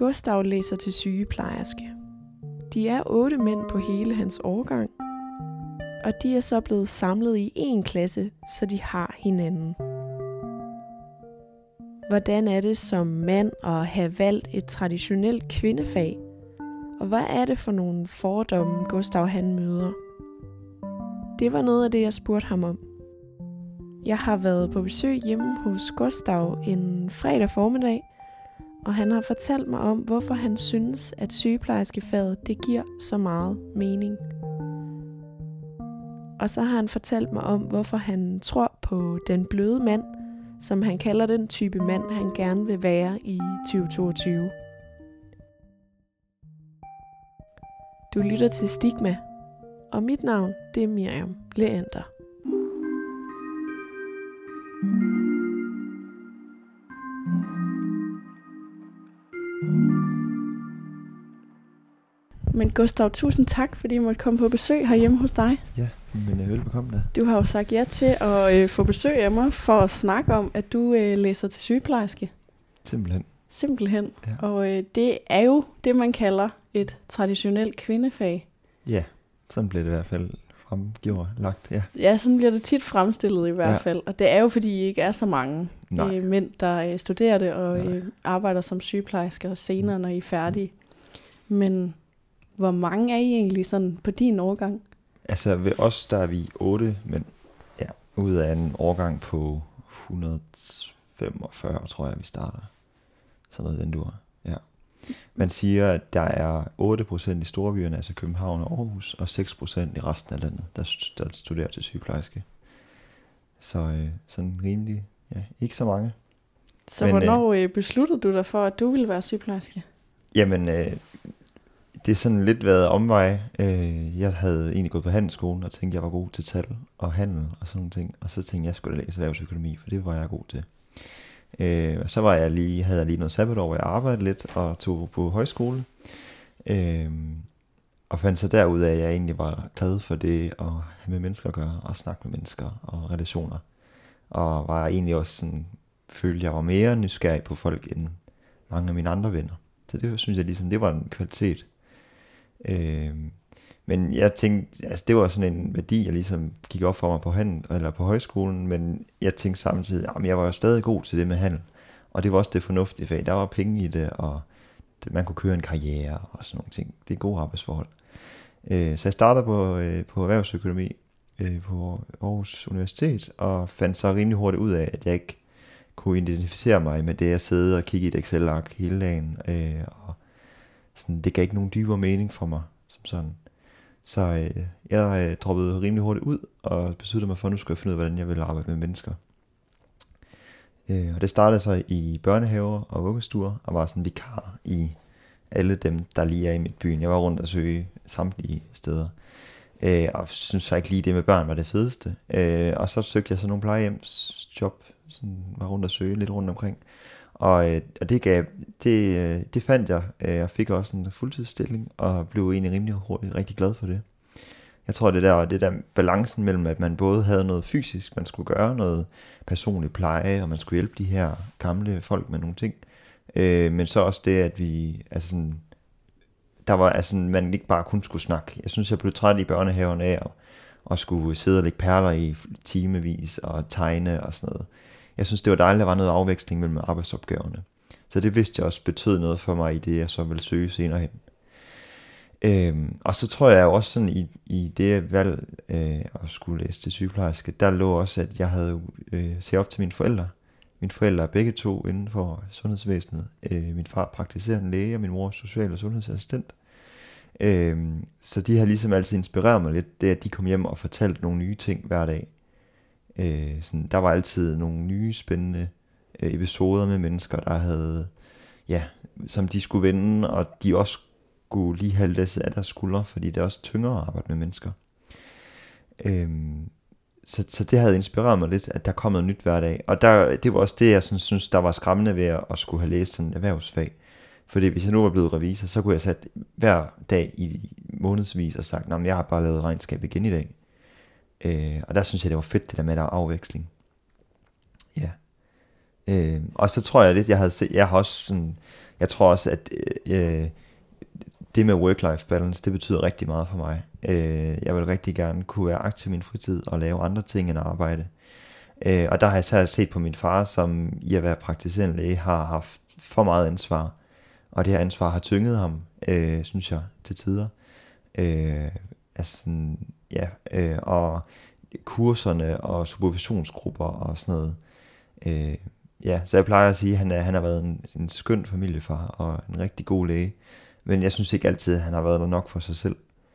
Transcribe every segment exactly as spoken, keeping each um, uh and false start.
Gustav læser til sygeplejerske. De er otte mænd på hele hans årgang, og de er så blevet samlet i én klasse, så de har hinanden. Hvordan er det som mand at have valgt et traditionelt kvindefag? Og hvad er det for nogle fordomme, Gustav han møder? Det var noget af det, jeg spurgte ham om. Jeg har været på besøg hjemme hos Gustav en fredag formiddag, og han har fortalt mig om, hvorfor han synes, at sygeplejerskefaget det giver så meget mening. Og så har han fortalt mig om, hvorfor han tror på den bløde mand, som han kalder den type mand, han gerne vil være i tyve toogtyve. Du lytter til Stigma, og mit navn det er Miriam Leander. Men Gustav, tusind tak, fordi jeg måtte komme på besøg herhjemme hos dig. Ja, men jeg er velbekomme da. Du har jo sagt ja til at øh, få besøg af mig for at snakke om, at du øh, læser til sygeplejerske. Simpelthen. Simpelthen. Ja. Og øh, det er jo det, man kalder et traditionelt kvindefag. Ja, sådan bliver det i hvert fald fremgjort, lagt. Ja, ja, sådan bliver det tit fremstillet i hvert ja. fald. Og det er jo, fordi I ikke er så mange øh, mænd, der øh, studerer det og øh, arbejder som sygeplejersker senere, når I er færdige. Men hvor mange er I egentlig sådan på din årgang? Altså ved os, der er vi otte mænd. Ja, ud af en årgang på et hundrede og femogfyrre, tror jeg, vi starter. Sådan noget, den du har. Ja. Man siger, at der er otte procent i storbyerne, altså København og Aarhus, og seks procent i resten af landet, der, der studerer til sygeplejerske. Så øh, sådan rimelig, ja, ikke så mange. Så Men, hvornår øh, besluttede du dig for, at du ville være sygeplejerske? Jamen, øh, det er sådan lidt været omvej. Øh, jeg havde egentlig gået på handelsskolen og tænkte, jeg var god til tal og handel og sådan nogle ting. Og så tænkte jeg, jeg skulle da læse erhvervsøkonomi, for det var jeg god til. Øh, og så var jeg lige, havde jeg lige noget sabbatår, hvor jeg arbejdede lidt og tog på højskole. Øh, og fandt så derud af, at jeg egentlig var glad for det at have med mennesker at gøre, og snakke med mennesker og relationer. Og var egentlig også sådan, følte jeg var mere nysgerrig på folk end mange af mine andre venner. Så det synes jeg ligesom, det var en kvalitet. Øh, men jeg tænkte, altså det var sådan en værdi, jeg ligesom gik op for mig på handel, eller på højskolen, men jeg tænkte samtidig, at jeg var jo stadig god til det med handel, og det var også det fornuftige fag. Der var penge i det, og det, man kunne køre en karriere og sådan nogle ting. Det er gode arbejdsforhold. Øh, så jeg startede på, øh, på erhvervsøkonomi øh, på Aarhus Universitet, og fandt så rimelig hurtigt ud af, at jeg ikke kunne identificere mig med det at sidde og kigge i et Excel-ark hele dagen, øh, og sådan, det gav ikke nogen dybere mening for mig som sådan. Så øh, jeg øh, droppede rimelig hurtigt ud og besluttede mig for, at nu skulle jeg finde ud af, hvordan jeg ville arbejde med mennesker. Øh, og det startede så i børnehaver og vuggestuer, og var sådan vikar i alle dem, der lige er i mit byen. Jeg var rundt og søge samtlige steder, øh, og synes så ikke lige det med børn var det fedeste. Øh, og så søgte jeg så nogle plejehjemsjob, sådan var rundt og søge lidt rundt omkring. Og, øh, og det, gav, det, øh, det fandt jeg, øh, og fik også en fuldtidsstilling, og blev egentlig rimelig hurtigt rigtig glad for det. Jeg tror, det der, det der balancen mellem, at man både havde noget fysisk, man skulle gøre noget personlig pleje, og man skulle hjælpe de her gamle folk med nogle ting, øh, men så også det, at vi, altså sådan, der var, altså man ikke bare kun skulle snakke. Jeg synes, jeg blev træt i børnehaven af at, at skulle sidde og lægge perler i timevis og tegne og sådan noget. Jeg synes, det var dejligt, at der var noget afveksling mellem arbejdsopgaverne. Så det vidste jeg også betød noget for mig i det, jeg så ville søge senere hen. Øhm, og så tror jeg også sådan i, i det valg øh, at skulle læse til sygeplejerske, der lå også, at jeg havde øh, set op til mine forældre. Mine forældre er begge to inden for sundhedsvæsenet. Øh, min far er praktiserende læge, og min mor er social- og sundhedsassistent. Øh, så de har ligesom altid inspireret mig lidt, det at de kom hjem og fortalte nogle nye ting hver dag. Øh, sådan, der var altid nogle nye spændende øh, episoder med mennesker, der havde, ja, som de skulle vende, og de også skulle lige have læsset af deres skuldre, fordi det er også tyngere at arbejde med mennesker. Øh, så, så det havde inspireret mig lidt, at der kom noget nyt hver dag. Og der, det var også det, jeg sådan, synes, der var skræmmende ved at, at skulle have læst sådan et erhvervsfag. Fordi hvis jeg nu var blevet revisor, så kunne jeg sætte hver dag i månedsvis og sagt, nej, jeg har bare lavet regnskab igen i dag. Øh, og der synes jeg, det var fedt, det der med der afveksling. Ja. Øh, og så tror jeg lidt, jeg havde set, jeg har også sådan, jeg tror også, at øh, det med work-life balance, det betyder rigtig meget for mig. Øh, jeg vil rigtig gerne kunne være aktiv i min fritid og lave andre ting end arbejde. Øh, og der har jeg så set på min far, som i at være praktiserende læge har haft for meget ansvar. Og det her ansvar har tynget ham, øh, synes jeg, til tider. Øh, altså, ja, øh, og kurserne og supervisionsgrupper og sådan noget. Øh, ja, så jeg plejer at sige, at han, er, han har været en, en skøn familiefar og en rigtig god læge. Men jeg synes ikke altid, at han har været der nok for sig selv.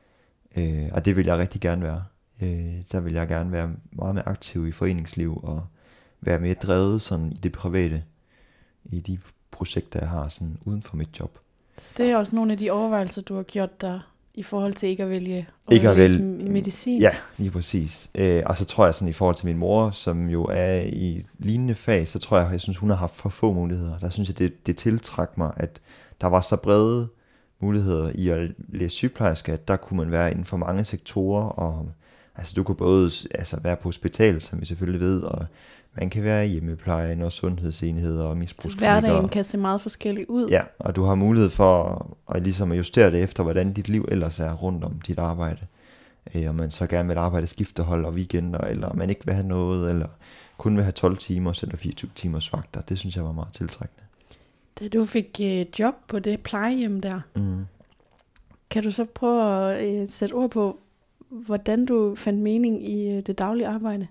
Øh, og det vil jeg rigtig gerne være. Øh, der vil jeg gerne være meget mere aktiv i foreningsliv og være mere drevet sådan i det private, i de projekter, jeg har sådan uden for mit job. Så det er også nogle af de overvejelser, du har gjort der i forhold til ikke at vælge ikke at vælge medicin? Ja, lige præcis. Øh, og så tror jeg sådan i forhold til min mor, som jo er i lignende fag, så tror jeg, jeg synes, hun har haft for få muligheder. Der synes jeg, det, det tiltrak mig, at der var så brede muligheder i at læse sygeplejerske, at der kunne man være inden for mange sektorer, og altså du kunne både altså, være på hospital, som vi selvfølgelig ved, og man kan være i hjemmeplejen og sundhedsenheder og misbrugsklinikker. Så hverdagen kan se meget forskellig ud. Ja, og du har mulighed for at, at ligesom justere det efter, hvordan dit liv ellers er rundt om dit arbejde. Øh, om man så gerne vil arbejde skiftehold og weekender, eller man ikke vil have noget, eller kun vil have tolv timer eller fireogtyve timers vagter. Det synes jeg var meget tiltrækkende. Da du fik øh, job på det plejehjem der, mm. kan du så prøve at øh, sætte ord på, hvordan du fandt mening i øh, det daglige arbejde?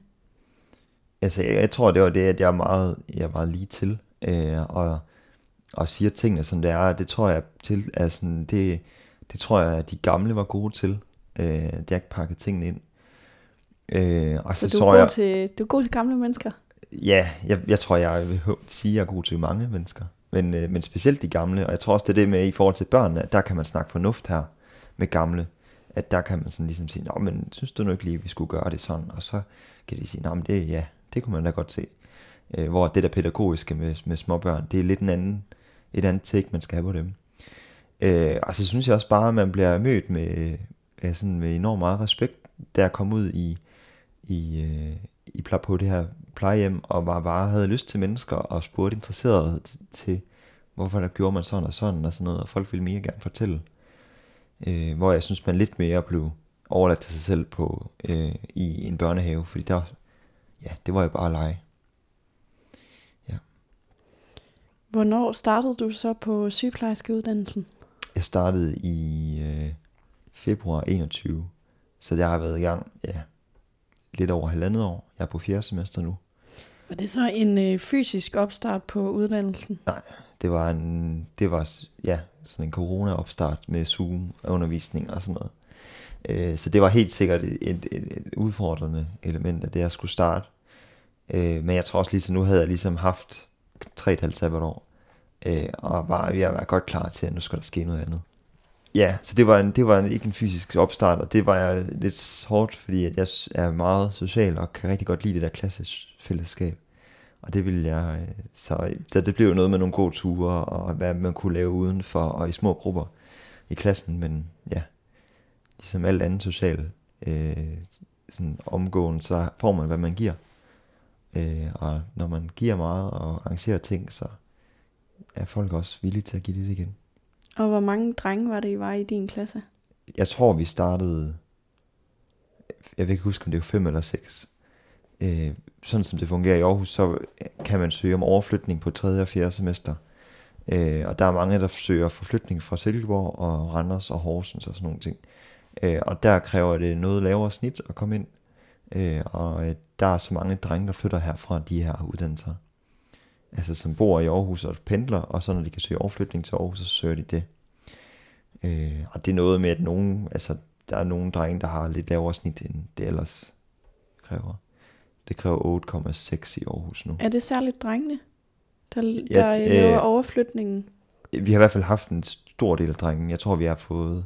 Altså, jeg, jeg tror, det var det, at jeg er meget, jeg er meget lige til, øh, og, og siger tingene, som det er. Det tror jeg, til, altså, det, det tror jeg, at de gamle var gode til. Øh, det har ikke pakket tingene ind. Øh, og så, så du, så er god jeg, til, du er god til gamle mennesker? Ja, jeg, jeg tror, jeg vil sige, at jeg er god til mange mennesker. Men, øh, men specielt de gamle, og jeg tror også, det er det med i forhold til børnene, at der kan man snakke fornuft her med gamle. At der kan man sådan ligesom sige, nå, men synes du nu ikke lige, vi skulle gøre det sådan? Og så kan de sige, nå, men det, ja, det kunne man da godt se. Øh, hvor det der pædagogiske med, med småbørn, det er lidt en anden, et andet take, man skal have på dem. Øh, og så synes jeg også bare, at man bliver mødt med, øh, sådan med enormt meget respekt, da jeg kom ud i, i, øh, i på det her plejehjem, og bare, bare havde lyst til mennesker, og spurgte interesseret t- til, hvorfor der gjorde man sådan og sådan, og sådan noget, og folk ville mega gerne fortælle. Øh, hvor jeg synes, man lidt mere blev overladt til sig selv på øh, i en børnehave, fordi der, ja, det var jo bare at lege. Ja. Hvornår startede du så på sygeplejerskeuddannelsen? Jeg startede i øh, februar enogtyve, så jeg har været i gang, ja, lidt over halvandet år. Jeg er på fjerde semester nu. Var det så en øh, fysisk opstart på uddannelsen? Nej, det var en, det var ja, sådan en corona-opstart med Zoom-undervisning og sådan noget. Øh, så det var helt sikkert et, et, et udfordrende element af det, jeg skulle starte. Øh, men jeg tror også lige så nu havde jeg ligesom haft tre et halvt sabbatår, øh, og var ved at være godt klar til, at nu skal der ske noget andet. Ja, så det var, en, det var en, ikke en fysisk opstart, og det var jeg lidt hårdt, fordi at jeg er meget social og kan rigtig godt lide det der klassefællesskab. Og det ville jeg, så, så det blev noget med nogle gode ture, og hvad man kunne lave udenfor, og i små grupper i klassen, men ja, ligesom alt andet social øh, sådan omgående, så får man, hvad man giver. Øh, og når man giver meget og arrangerer ting, så er folk også villige til at give det igen. Og hvor mange drenge var det, I var i din klasse? Jeg tror, vi startede, jeg vil ikke huske, om det var fem eller seks. Øh, sådan som det fungerer i Aarhus, så kan man søge om overflytning på tredje og fjerde semester. Øh, og der er mange, der søger forflytning fra Silkeborg og Randers og Horsens og sådan nogle ting. Øh, og der kræver det noget lavere snit at komme ind. Øh, og øh, der er så mange drenge, der flytter her fra de her uddannelser. Altså som bor i Aarhus og pendler, og så når de kan søge overflytning til Aarhus, så søger de det. Øh, og det er noget med, at nogen, altså, der er nogle drenge, der har lidt lavere snit, end det ellers kræver. Det kræver otte komma seks i Aarhus nu. Er det særligt drengene, der, ja, der øh, laver overflytningen? Vi har i hvert fald haft en stor del af drengene. Jeg tror, vi har fået...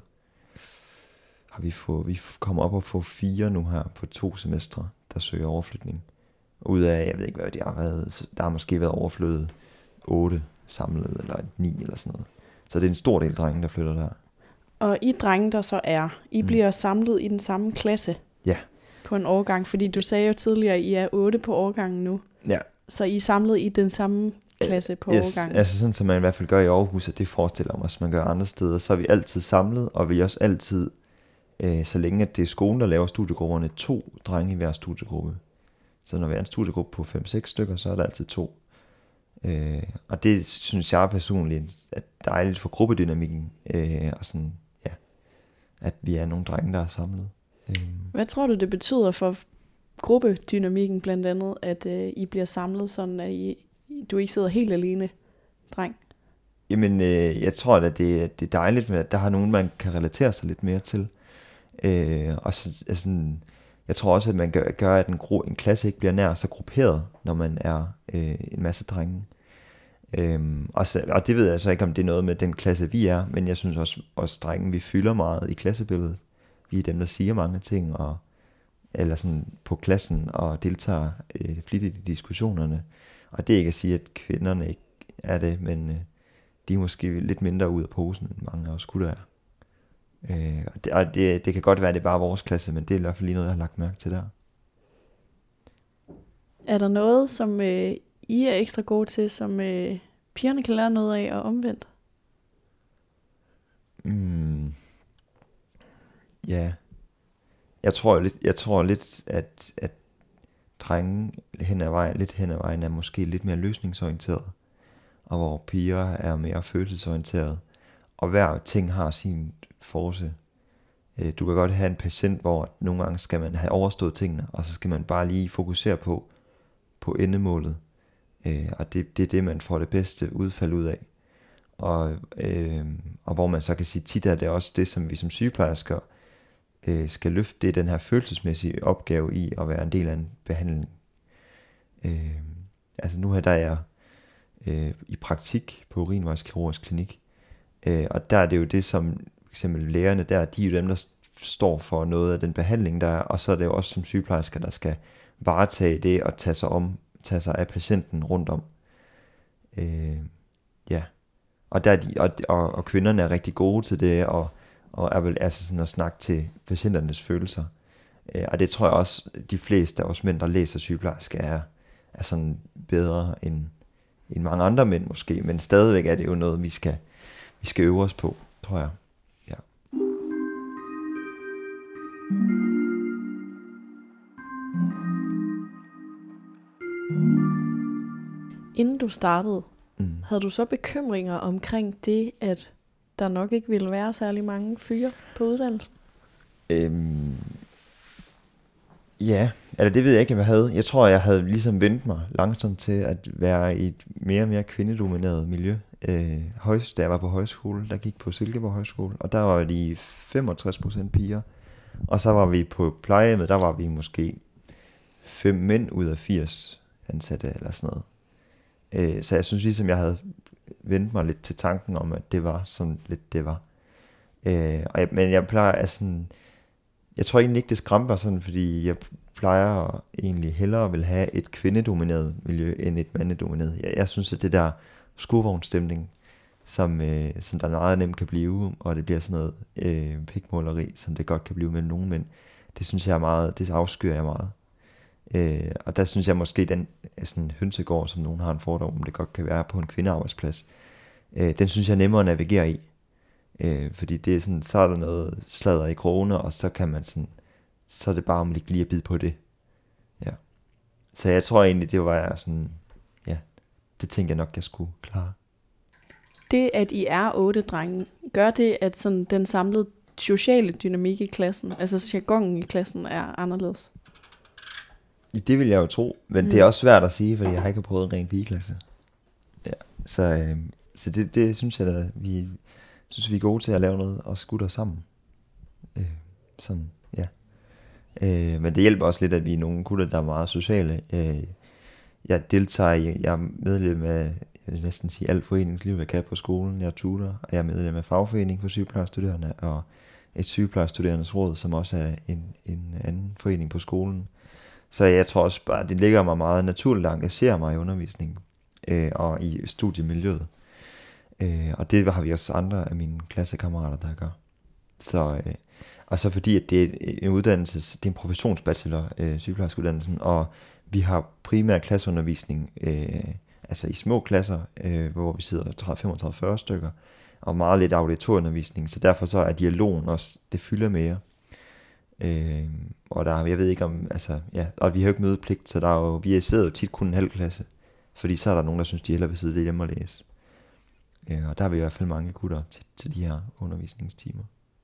Har vi, fået, vi kommer op og få fire nu her på to semestre, der søger overflytning. Ud af, jeg ved ikke, hvad det har været. Der har måske været overflyttet otte samlet, eller ni eller sådan noget. Så det er en stor del drenge, der flytter der. Og I drenge, der så er, I mm. bliver samlet i den samme klasse? Ja. På en årgang, fordi du sagde jo tidligere, at I er otte på årgangen nu. Ja. Så I er samlet i den samme klasse på yes, årgangen. altså sådan som man i hvert fald gør i Aarhus, og det forestiller mig også, man gør andre steder, så er vi altid samlet, og vi er også altid, øh, så længe at det er skolen, der laver studiegrupperne, to drenge i hver studiegruppe. Så når vi er en studiegruppe på fem seks stykker, så er der altid to. Øh, og det synes jeg personligt er dejligt for gruppedynamikken, øh, og sådan, ja, at vi er nogle drenge, der er samlet. Øh. Hvad tror du, det betyder for gruppedynamikken blandt andet, at øh, I bliver samlet sådan, at I, du ikke sidder helt alene, dreng? Jamen, øh, jeg tror at det, det er dejligt, at der har nogen, man kan relatere sig lidt mere til. Øh, og så, altså, jeg tror også, at man gør, gør at en, gru, en klasse ikke bliver nær så grupperet, når man er øh, en masse drenge. Øh, og, så, og det ved jeg så ikke, om det er noget med den klasse, vi er, men jeg synes også, os drenge, vi fylder meget i klassebilledet. Vi er dem, der siger mange ting, og, eller sådan på klassen, og deltager øh, flittigt i diskussionerne. Og det er ikke at sige, at kvinderne ikke er det, men øh, de er måske lidt mindre ud af posen, end mange af os gutter er. Øh, og det, og det, det kan godt være, at det er bare vores klasse, men det er i hvert fald lige noget, jeg har lagt mærke til der. Er der noget, som øh, I er ekstra gode til, som øh, pigerne kan lære noget af og omvendt? Mm. Ja. Jeg tror lidt, jeg tror lidt at, at drenge hen ad vejen, lidt hen ad vejen er måske lidt mere løsningsorienteret, og hvor piger er mere følelsesorienteret, og hver ting har sin force. Du kan godt have en patient, hvor nogle gange skal man have overstået tingene, og så skal man bare lige fokusere på, på endemålet, og det, det er det, man får det bedste udfald ud af. Og, øh, og hvor man så kan sige, tit er det også det, som vi som sygeplejersker øh, skal løfte, det er den her følelsesmæssige opgave i at være en del af en behandling. Øh, altså nu her, der er jeg øh, i praktik på Urinvejskirurgisk Klinik, øh, og der er det jo det, som eksempel lægerne der, de er jo dem, der står for noget af den behandling, der er, og så er det jo også som sygeplejersker, der skal varetage det og tage sig om, tage sig af patienten rundt om. Øh, ja. Og, der er de, og, og, og kvinderne er rigtig gode til det, og, og er vel altså sådan at snakke til patienternes følelser. Øh, og det tror jeg også, de fleste af os mænd, der læser sygeplejerske, er, er sådan bedre end, end mange andre mænd måske. Men stadigvæk er det jo noget, vi skal, vi skal øve os på, tror jeg. Ja. Inden du startede, Mm. havde du så bekymringer omkring det, at der nok ikke ville være særlig mange fyre på uddannelsen? Øhm, ja, eller det ved jeg ikke, om jeg havde. Jeg tror, jeg havde ligesom vendt mig langsomt til at være i et mere og mere kvindedomineret miljø. Øh, højs, da jeg var på højskole, der gik på Silkeborg Højskole, og der var de femogtres procent piger. Og så var vi på plejehjemmet, der var vi måske fem mænd ud af firs ansatte eller sådan noget. Øh, så jeg synes ligesom, jeg havde vendt mig lidt til tanken om, at det var sådan lidt det var. Øh, og jeg, men jeg plejer at sådan, jeg tror egentlig ikke, det skræmmer mig sådan, fordi jeg plejer egentlig hellere vil have et kvindedomineret miljø, end et mandedomineret. Jeg, jeg synes, at det der skurvognstemning, som, øh, som der meget nemt kan blive, og det bliver sådan noget øh, pikmåleri, som det godt kan blive med nogle mænd, det synes jeg er meget, det afskyr jeg meget. Øh, og der synes jeg måske, den sådan hønsegård, som nogen har en fordom om, det godt kan være på en kvindearbejdsplads, øh, den synes jeg er nemmere at navigere i. Øh, fordi det er sådan, så er der noget sladder i krogene, og så kan man sådan, så er det bare om lige at bide på det. Ja. Så jeg tror egentlig, det var sådan, ja, det tænkte jeg nok, jeg skulle klare. Det, at I er otte drenge, gør det, at sådan den samlede sociale dynamik i klassen, altså jargonen i klassen, er anderledes? Det vil jeg jo tro, men mm. det er også svært at sige, fordi jeg har ikke prøvet en ren pigeklasse. Ja, så, øh, så det, det synes jeg da, vi synes vi er gode til at lave noget og skutter sammen. Øh, sådan, ja. Øh, men det hjælper også lidt, at vi er nogle gutter, der er meget sociale. Øh, jeg deltager i, jeg er medlem af, jeg vil næsten sige alt foreningsliv, jeg kan på skolen. Jeg er tutor, og jeg er medlem af fagforening for sygeplejestuderende, og et sygeplejestuderendes råd, som også er en, en anden forening på skolen. Så jeg tror også bare, det ligger mig meget naturligt at engagere mig i undervisningen øh, og i studiemiljøet. Øh, og det har vi også andre af mine klassekammerater, der gør. Så, øh, og så fordi, at det er en uddannelse, det er en professionsbachelor, øh, sygeplejerskeuddannelsen, og vi har primær klasseundervisning, øh, altså i små klasser, øh, hvor vi sidder tredive, femogtredive, fyrre stykker, og meget lidt auditorundervisning, så derfor så er dialogen også, det fylder mere. Øh, og der, jeg ved ikke om, altså, ja, og vi har jo ikke mødepligt, så der er jo, vi sidder jo tit kun en halv klasse, fordi så er der nogen, der synes, de hellere vil sidde hjemme og læse. Øh, og der har vi i hvert fald mange gutter til, til de her undervisningstimer.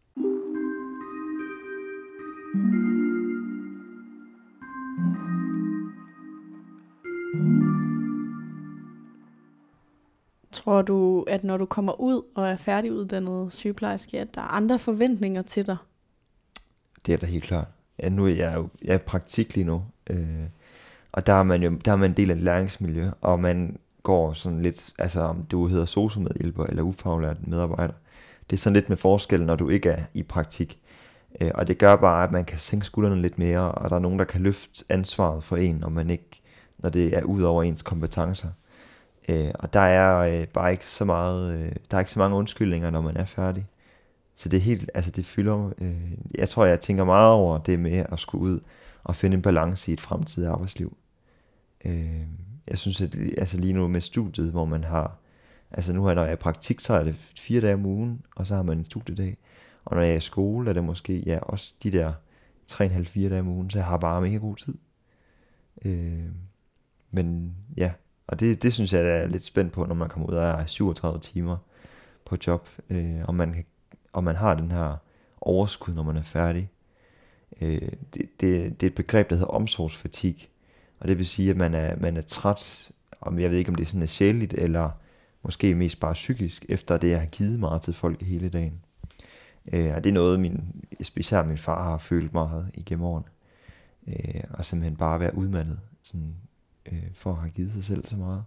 Tror du, at når du kommer ud og er færdiguddannet sygeplejerske, at der er andre forventninger til dig? Det er da helt klart. Ja, nu er jeg jo jeg er i praktik lige nu, øh, og der er man jo der er man en del af et læringsmiljø, og man går sådan lidt, altså om du hedder sosu-medhjælper eller ufaglært medarbejder. Det er sådan lidt med forskel, når du ikke er i praktik. Øh, og det gør bare, at man kan sænke skuldrene lidt mere, og der er nogen, der kan løfte ansvaret for en, når man ikke, når det er ud over ens kompetencer. Øh, og der er øh, bare ikke så meget, øh, der er ikke så mange undskyldninger, når man er færdig. Så det er helt, altså det fylder, øh, jeg tror, jeg tænker meget over det med at skulle ud og finde en balance i et fremtidigt arbejdsliv. Øh, jeg synes, at altså lige nu med studiet, hvor man har, altså nu når jeg er i praktik, så er det fire dage om ugen, og så har man en studiedag. Og når jeg er i skole, er det måske, ja, også de der tre og en halv, fire dage om ugen, så jeg har bare mega god tid. Øh, men ja, og det, det synes jeg, jeg er lidt spændt på, når man kommer ud og er syvogtredive timer på job, øh, og man kan og man har den her overskud, når man er færdig. Øh, det, det, det er et begreb, der hedder omsorgsfatigue, og det vil sige, at man er, man er træt, og jeg ved ikke, om det sådan er sjæleligt, eller måske mest bare psykisk, efter det, jeg har givet meget til folk hele dagen. Øh, og det er noget, min, specielt min far har følt meget igennem årene, øh, og simpelthen bare være udmattet, sådan, øh, for at have givet sig selv så meget.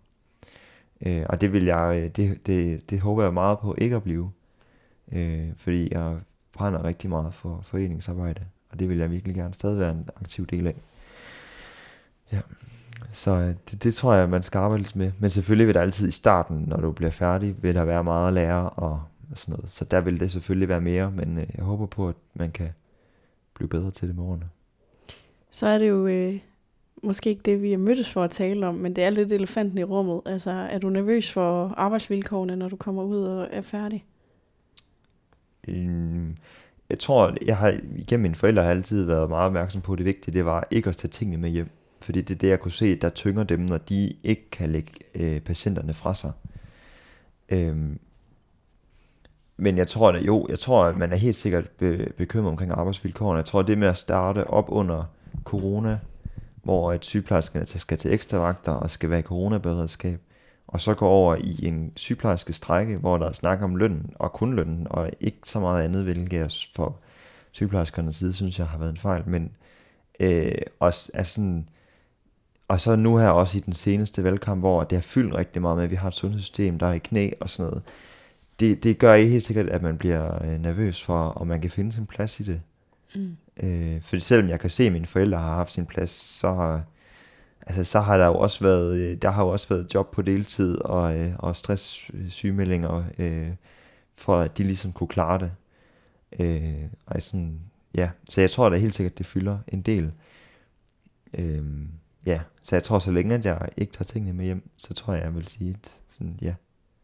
Øh, og det vil jeg, det, det, det håber jeg meget på ikke at blive. Øh, fordi jeg brænder rigtig meget for foreningsarbejde, og det vil jeg virkelig gerne stadig være en aktiv del af. Ja. Så det, det tror jeg, man skal arbejde lidt med. Men selvfølgelig vil der altid i starten, når du bliver færdig, vil der være meget at lære og sådan noget. Så der vil det selvfølgelig være mere, men øh, jeg håber på, at man kan blive bedre til det med årene. Så er det jo øh, måske ikke det, vi er mødtes for at tale om, men det er lidt elefanten i rummet. Altså, er du nervøs for arbejdsvilkårene, når du kommer ud og er færdig? Jeg tror, jeg har igennem mine forældre har altid været meget opmærksom på, at det vigtige, det var ikke at tage tingene med hjem. Fordi det er det, jeg kunne se, der tynger dem, når de ikke kan lægge øh, patienterne fra sig. Øhm, men jeg tror, at jo, jeg tror, at man er helt sikkert be- bekymret omkring arbejdsvilkårene. Jeg tror, det med at starte op under corona, hvor et sygeplejerskerne skal til ekstra vagter og skal være i coronaberedskab, og så gå over i en sygeplejerske strejke, hvor der er snak om lønnen, og kun lønnen, og ikke så meget andet, hvilket jeg for sygeplejerskernes side, synes jeg har været en fejl. Men øh, også, altså, og så nu her også i den seneste valgkamp, hvor det har fyldt rigtig meget med, at vi har et sundhedssystem, der er i knæ og sådan noget. Det, det gør ikke helt sikkert, at man bliver øh, nervøs for, om man kan finde sin plads i det. Mm. Øh, for selvom jeg kan se, at mine forældre har haft sin plads, så har Altså, så har der jo også været, der har jo også været job på deltid og, øh, og stress-sygemeldinger, øh, for at de ligesom kunne klare det. Øh, og sådan, ja. Så jeg tror da helt sikkert, det fylder en del. Øh, ja, så jeg tror, så længe at jeg ikke tager tingene med hjem, så tror jeg, jeg vil sige, at sådan, ja.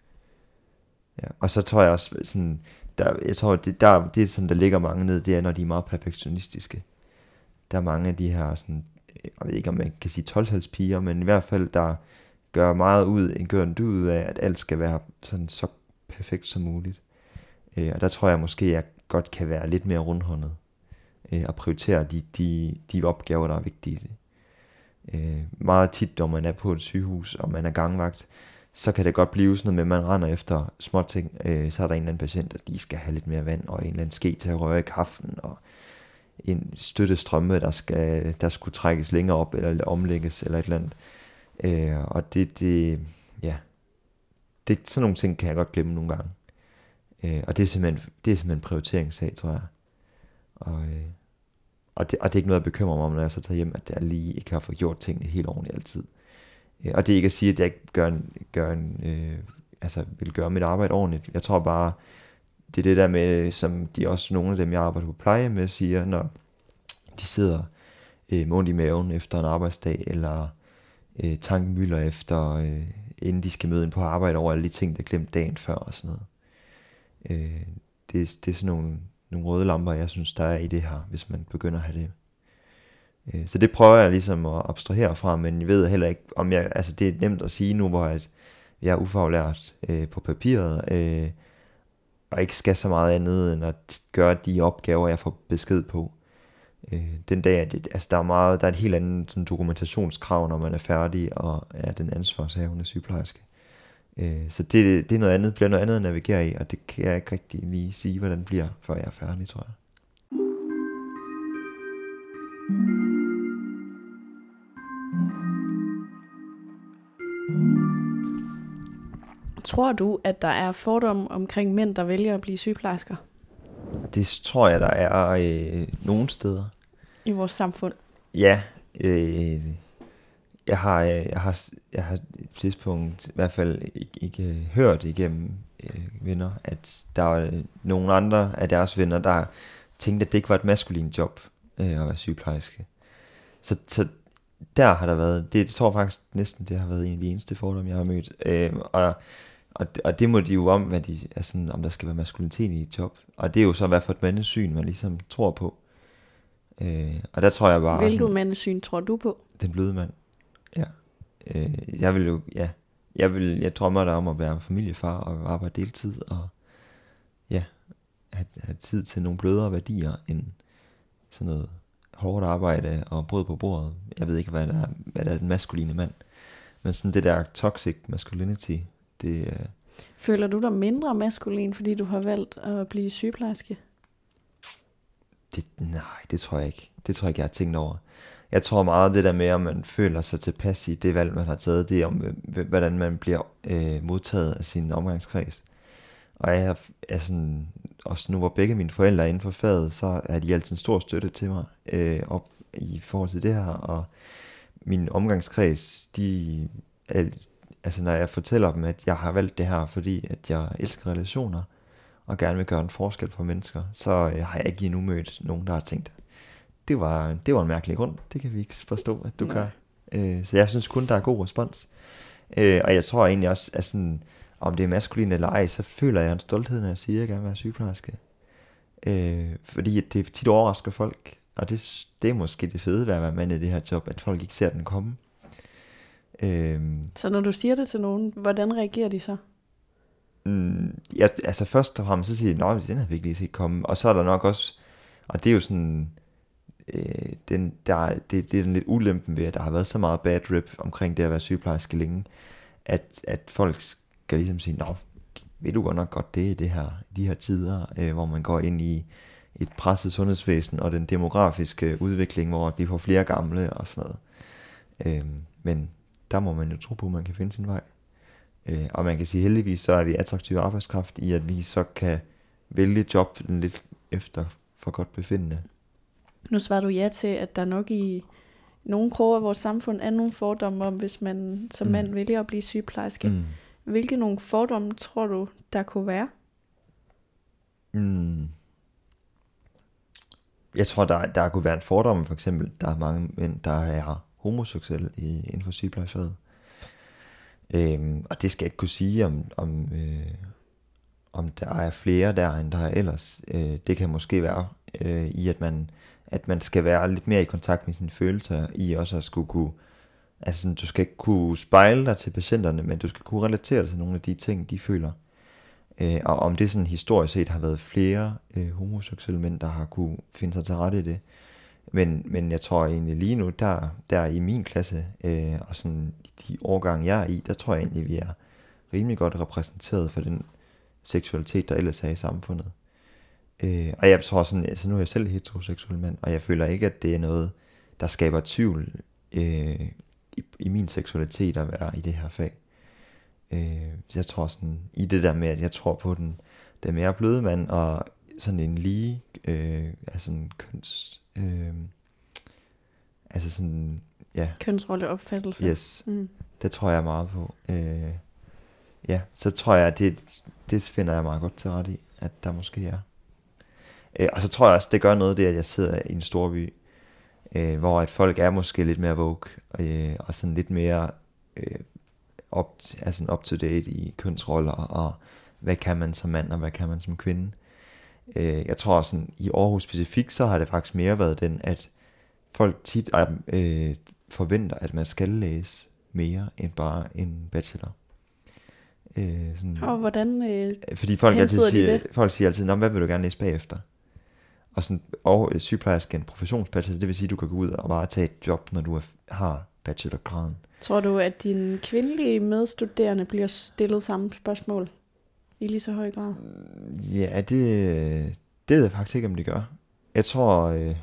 Ja. Og så tror jeg også, sådan, der, jeg tror, det, der, det som der ligger mange ned, det er, når de er meget perfektionistiske. Der er mange af de her sådan, jeg ved ikke, om man kan sige tolv-talspiger, men i hvert fald, der gør meget ud, gør en dyd af, at alt skal være sådan så perfekt som muligt. Øh, og der tror jeg måske, jeg godt kan være lidt mere rundhåndet, øh, og prioritere de, de, de opgaver, der er vigtige. Øh, meget tit, når man er på et sygehus, og man er gangvagt, så kan det godt blive sådan noget med, at man render efter småting. Øh, så er der en eller anden patient, og de skal have lidt mere vand, og en eller anden ske til at røre i kaffen, og en støttestrømme, der, skal, der skulle trækkes længere op, eller omlægges, eller et eller andet. Øh, og det, det, ja, det, sådan nogle ting kan jeg godt glemme nogle gange. Øh, og det er simpelthen, det er simpelthen en prioriteringssag, tror jeg. Og, øh, og, det, og det er ikke noget, jeg bekymrer mig om, når jeg så tager hjem, at jeg lige ikke har fået gjort tingene helt ordentligt altid. Øh, og det er ikke at sige, at jeg ikke gør en, gør en, øh, altså, vil gøre mit arbejde ordentligt. Jeg tror bare, det er det der med, som de også, nogle af dem, jeg arbejder på pleje med, siger, når de sidder øh, med ondt i maven efter en arbejdsdag, eller øh, tanken mylder efter øh, inden de skal møde ind på arbejde over alle de ting, der er glemt dagen før og sådan noget. Øh, det, det er sådan nogle, nogle røde lamper, jeg synes, der er i det her, hvis man begynder at have det. Øh, så det prøver jeg ligesom at abstrahere fra, men jeg ved heller ikke, om jeg, altså det er nemt at sige nu, hvor at jeg er ufaglært øh, på papiret, øh, og ikke skal så meget andet, end at gøre de opgaver, jeg får besked på. Øh, den dag, at det, altså der er meget, der er et helt andet sådan, dokumentationskrav, når man er færdig og er den ansvarshavende sygeplejerske. Øh, så det, det er noget andet, bliver noget andet at navigere i, og det kan jeg ikke rigtig lige sige, hvordan det bliver, før jeg er færdig, tror jeg. Tror du, at der er fordomme omkring mænd, der vælger at blive sygeplejersker Det tror jeg, der er øh, nogle steder. i vores samfund? Ja, øh, jeg har, jeg har, jeg har et tidspunkt i hvert fald ikke, ikke hørt igennem øh, venner, at der var nogle andre af deres venner, der tænkte, at det ikke var et maskulint job øh, at være sygeplejerske. Så, så der har der været, det, det tror jeg faktisk næsten, det har været en af de eneste fordomme, jeg har mødt. Øh, og, og, og det må de jo om, hvad de, altså, om der skal være maskulinitet i et job. Og det er jo så, hvad for et mandesyn, man ligesom tror på. Øh, og der tror jeg bare... Hvilket sådan, mandesyn tror du på? Den bløde mand. Ja. Øh, jeg vil jo, ja. Jeg, vil, jeg drømmer der om at være familiefar og arbejde deltid og ja, have, have tid til nogle blødere værdier end sådan noget hårdt arbejde og brød på bordet. Jeg ved ikke, hvad der er, hvad der er den maskuline mand. Men sådan det der toxic masculinity, det... Øh... Føler du dig mindre maskulin, fordi du har valgt at blive sygeplejerske? Det, nej, det tror jeg ikke. Det tror jeg ikke, jeg har tænkt over. Jeg tror meget det der med, om man føler sig tilpas i det valg, man har taget, det er om, hvordan man bliver øh, modtaget af sin omgangskreds. Og jeg er sådan, også nu hvor begge mine forældre er inden for faget, så er de altid en stor støtte til mig øh, op i forhold til det her. Og min omgangskreds, de er, altså når jeg fortæller dem, at jeg har valgt det her, fordi at jeg elsker relationer, og gerne vil gøre en forskel for mennesker, så øh, har jeg ikke endnu mødt nogen, der har tænkt, det var, det var en mærkelig grund, det kan vi ikke forstå, at du Nej. gør. Øh, så jeg synes kun, der er god respons. Øh, og jeg tror egentlig også, at sådan, om det er maskulin eller ej, så føler jeg en stolthed, når jeg siger, at jeg gerne vil være sygeplejerske. Øh, fordi at det tit overrasker folk, og det, det er måske det fede ved at være mand i det her job, at folk ikke ser den komme. Øh, så når du siger det til nogen, hvordan reagerer de så? Mm, ja, altså først og fremmest så siger de, at den havde vi ikke lige set komme. Og så er der nok også, og det er jo sådan, øh, den, der, det, det er den lidt ulempen ved, at der har været så meget bad rep omkring det at være sygeplejerske længe, at, at folk skal ligesom sige, nå, ved du godt nok godt det i det her, de her tider, øh, hvor man går ind i et presset sundhedsvæsen, og den demografiske udvikling, hvor vi får flere gamle og sådan noget. Øh, men der må man jo tro på, at man kan finde sin vej. Øh, og man kan sige, heldigvis så er vi attraktiv arbejdskraft i, at vi så kan vælge job lidt efter for godt befindende. Nu svarer du ja til, at der nok i nogle kroge af vores samfund er nogle fordomme om, hvis man som mm. mand vælger at blive sygeplejerske. Mm. Hvilke nogle fordomme tror du, der kunne være? Mm. Jeg tror, der, der kunne være en fordom, for eksempel, der er mange mænd, der er homoseksuelle inden for sygeplejefaget. Øhm, og det skal jeg ikke kunne sige, om, om, øh, om der er flere der, end der er ellers. Øh, det kan måske være øh, i, at man, at man skal være lidt mere i kontakt med sine følelser, i også at skulle kunne, altså du skal ikke kunne spejle dig til patienterne, men du skal kunne relatere til nogle af de ting, de føler. Øh, og om det sådan historisk set har været flere øh, homoseksuelle mænd, der har kunne finde sig til rette i det. Men, men jeg tror egentlig lige nu, der, der i min klasse, øh, og sådan de årgange jeg er i, der tror jeg egentlig, vi er rimelig godt repræsenteret for den seksualitet, der ellers er i samfundet. Øh, og jeg tror sådan, altså nu er jeg selv heteroseksuel mand, og jeg føler ikke, at det er noget, der skaber tvivl øh, i, i min seksualitet at være i det her fag. Øh, så jeg tror sådan, i det der med, at jeg tror på den, den mere bløde mand, og sådan en lige, øh, altså en køns... Øh, altså sådan, ja. Kønsrolleopfattelse. Yes, mm. Det tror jeg meget på. Øh, ja, så tror jeg, at det, det finder jeg meget godt til ret i, at der måske er. Øh, og så tror jeg også, det gør noget det, at jeg sidder i en stor by, øh, hvor at folk er måske lidt mere woke, øh, og sådan lidt mere øh, up, altså up to date i kønsroller, og hvad kan man som mand, og hvad kan man som kvinde. Øh, jeg tror sådan, i Aarhus specifikt, så har det faktisk mere været den, at folk tit øh, forventer, at man skal læse mere end bare en bachelor. Øh, sådan, og hvordan øh, fordi folk altid de siger, det? folk siger altid, nå, hvad vil du gerne læse bagefter? Og sådan, og sygeplejerske en professionsbachelor, det vil sige, at du kan gå ud og bare tage et job, når du er, har bachelorgraden. Tror du, at dine kvindelige medstuderende bliver stillet samme spørgsmål i lige så høj grad? Ja, det, det ved jeg faktisk ikke, om de gør. Jeg tror, øh,